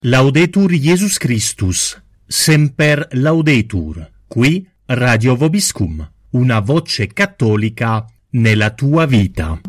Laudetur Jesus Christus, semper laudetur, qui Radio Vobiscum, una voce cattolica nella tua vita.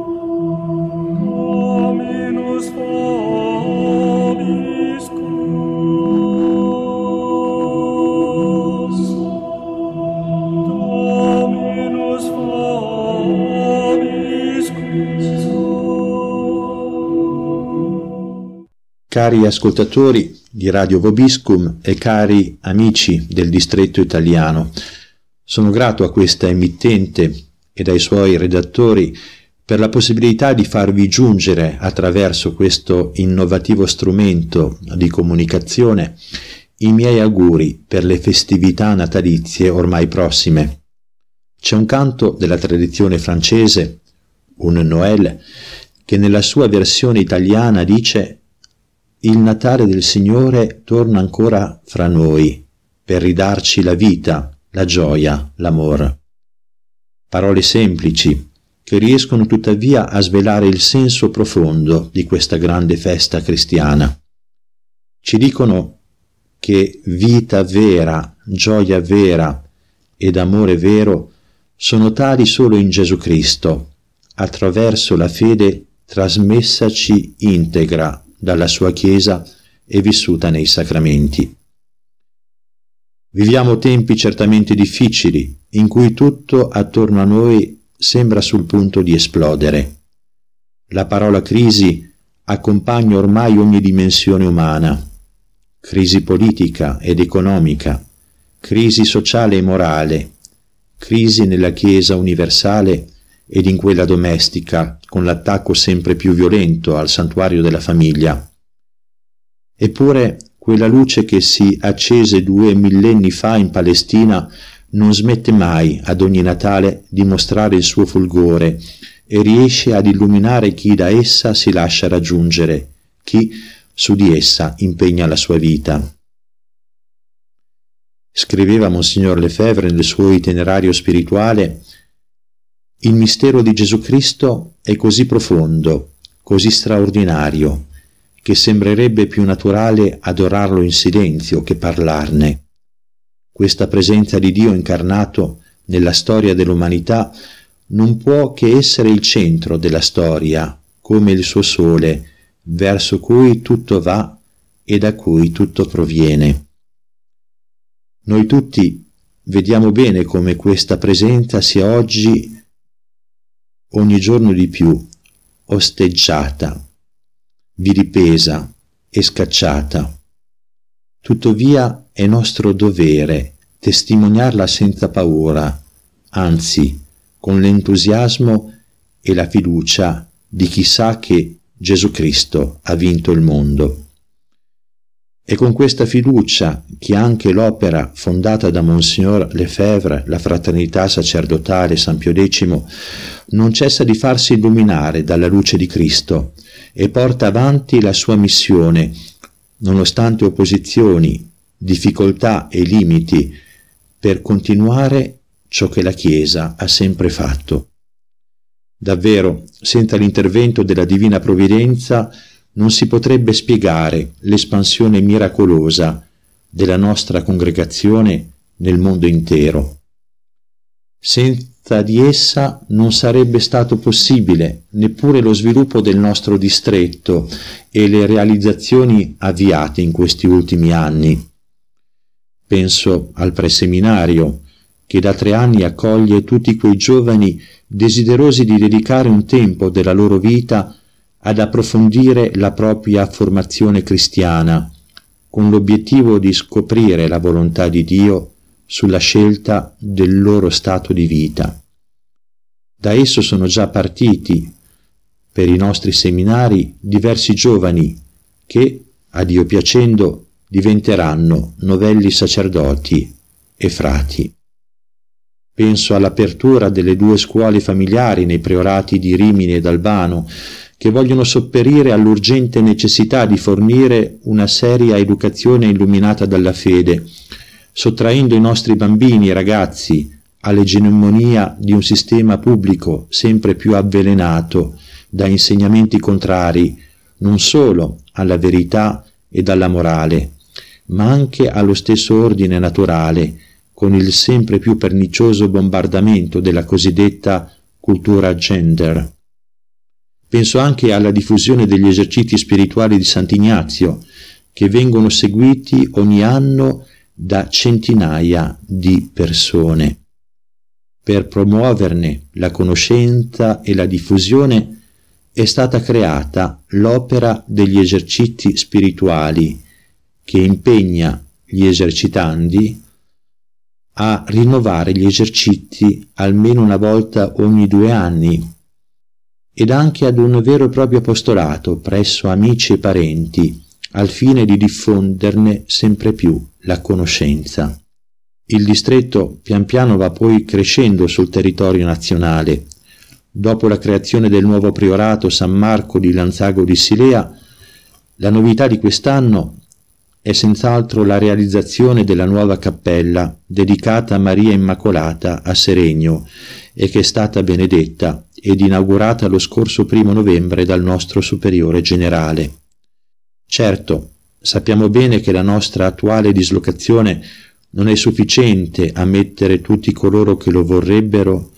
Cari ascoltatori di Radio Vobiscum e cari amici del distretto italiano, sono grato a questa emittente ed ai suoi redattori per la possibilità di farvi giungere attraverso questo innovativo strumento di comunicazione i miei auguri per le festività natalizie ormai prossime. C'è un canto della tradizione francese, un Noël, che nella sua versione italiana dice: «Il Natale del Signore torna ancora fra noi, per ridarci la vita, la gioia, l'amor». Parole semplici, che riescono tuttavia a svelare il senso profondo di questa grande festa cristiana. Ci dicono che vita vera, gioia vera ed amore vero sono tali solo in Gesù Cristo, attraverso la fede trasmessaci integra dalla sua Chiesa e vissuta nei sacramenti. Viviamo tempi certamente difficili, in cui tutto attorno a noi sembra sul punto di esplodere. La parola crisi accompagna ormai ogni dimensione umana: crisi politica ed economica, crisi sociale e morale, crisi nella Chiesa universale ed in quella domestica, con l'attacco sempre più violento al santuario della famiglia. Eppure quella luce che si accese 2 millenni fa in Palestina non smette mai ad ogni Natale di mostrare il suo fulgore e riesce ad illuminare chi da essa si lascia raggiungere, chi su di essa impegna la sua vita. Scriveva Monsignor Lefebvre nel suo itinerario spirituale: «Il mistero di Gesù Cristo è così profondo, così straordinario, che sembrerebbe più naturale adorarlo in silenzio che parlarne. Questa presenza di Dio incarnato nella storia dell'umanità non può che essere il centro della storia, come il suo sole, verso cui tutto va e da cui tutto proviene». Noi tutti vediamo bene come questa presenza sia oggi ogni giorno di più osteggiata, vilipesa e scacciata. Tuttavia è nostro dovere testimoniarla senza paura, anzi con l'entusiasmo e la fiducia di chi sa che Gesù Cristo ha vinto il mondo. È con questa fiducia che anche l'opera fondata da Monsignor Lefebvre, la Fraternità Sacerdotale San Pio X, non cessa di farsi illuminare dalla luce di Cristo e porta avanti la sua missione, nonostante opposizioni, difficoltà e limiti, per continuare ciò che la Chiesa ha sempre fatto. Davvero, senza l'intervento della Divina Provvidenza, non si potrebbe spiegare l'espansione miracolosa della nostra congregazione nel mondo intero. Senza di essa non sarebbe stato possibile neppure lo sviluppo del nostro distretto e le realizzazioni avviate in questi ultimi anni. Penso al preseminario, che da 3 anni accoglie tutti quei giovani desiderosi di dedicare un tempo della loro vita ad approfondire la propria formazione cristiana, con l'obiettivo di scoprire la volontà di Dio sulla scelta del loro stato di vita. Da esso sono già partiti, per i nostri seminari, diversi giovani che, a Dio piacendo, diventeranno novelli sacerdoti e frati. Penso all'apertura delle 2 scuole familiari nei priorati di Rimini ed Albano, che vogliono sopperire all'urgente necessità di fornire una seria educazione illuminata dalla fede, sottraendo i nostri bambini e ragazzi all'egemonia di un sistema pubblico sempre più avvelenato da insegnamenti contrari non solo alla verità e dalla morale, ma anche allo stesso ordine naturale, con il sempre più pernicioso bombardamento della cosiddetta cultura gender. Penso anche alla diffusione degli esercizi spirituali di Sant'Ignazio, che vengono seguiti ogni anno da centinaia di persone. Per promuoverne la conoscenza e la diffusione è stata creata l'opera degli esercizi spirituali, che impegna gli esercitandi a rinnovare gli esercizi almeno una volta ogni 2 anni, ed anche ad un vero e proprio apostolato presso amici e parenti, al fine di diffonderne sempre più la conoscenza. Il distretto pian piano va poi crescendo sul territorio nazionale. Dopo la creazione del nuovo priorato San Marco di Lanzago di Silea, la novità di quest'anno è senz'altro la realizzazione della nuova cappella dedicata a Maria Immacolata a Seregno e che è stata benedetta ed inaugurata lo scorso 1 novembre dal nostro Superiore Generale. Certo, sappiamo bene che la nostra attuale dislocazione non è sufficiente a mettere tutti coloro che lo vorrebbero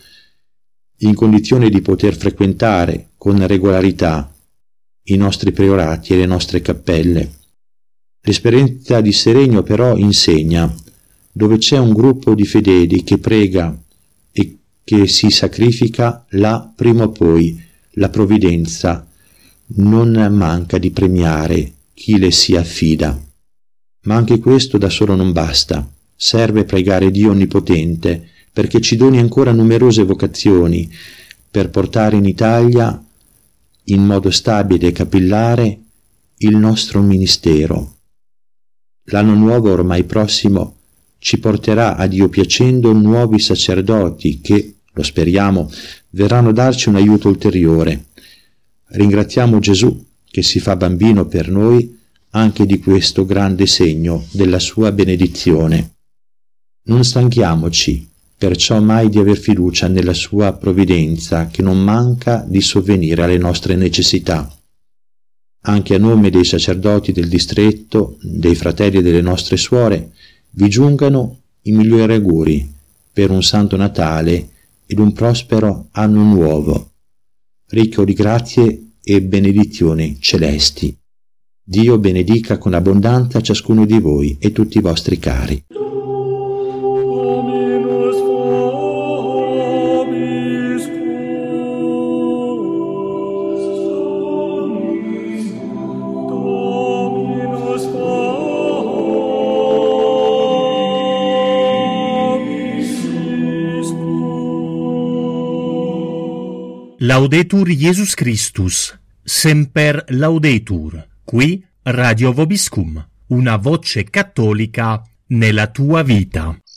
in condizione di poter frequentare con regolarità i nostri priorati e le nostre cappelle. L'esperienza di Seregno però insegna: dove c'è un gruppo di fedeli che prega e che si sacrifica, là prima o poi la provvidenza non manca di premiare chi le si affida. Ma anche questo da solo non basta. Serve pregare Dio Onnipotente perché ci doni ancora numerose vocazioni per portare in Italia in modo stabile e capillare il nostro ministero. L'anno nuovo ormai prossimo ci porterà, a Dio piacendo, nuovi sacerdoti che, lo speriamo, verranno a darci un aiuto ulteriore. Ringraziamo Gesù che si fa bambino per noi anche di questo grande segno della sua benedizione. Non stanchiamoci perciò mai di aver fiducia nella sua provvidenza, che non manca di sovvenire alle nostre necessità. Anche a nome dei sacerdoti del distretto, dei fratelli e delle nostre suore, vi giungano i migliori auguri per un Santo Natale ed un prospero anno nuovo, ricco di grazie e benedizioni celesti. Dio benedica con abbondanza ciascuno di voi e tutti i vostri cari. Laudetur Jesus Christus, semper laudetur, qui Radio Vobiscum, una voce cattolica nella tua vita.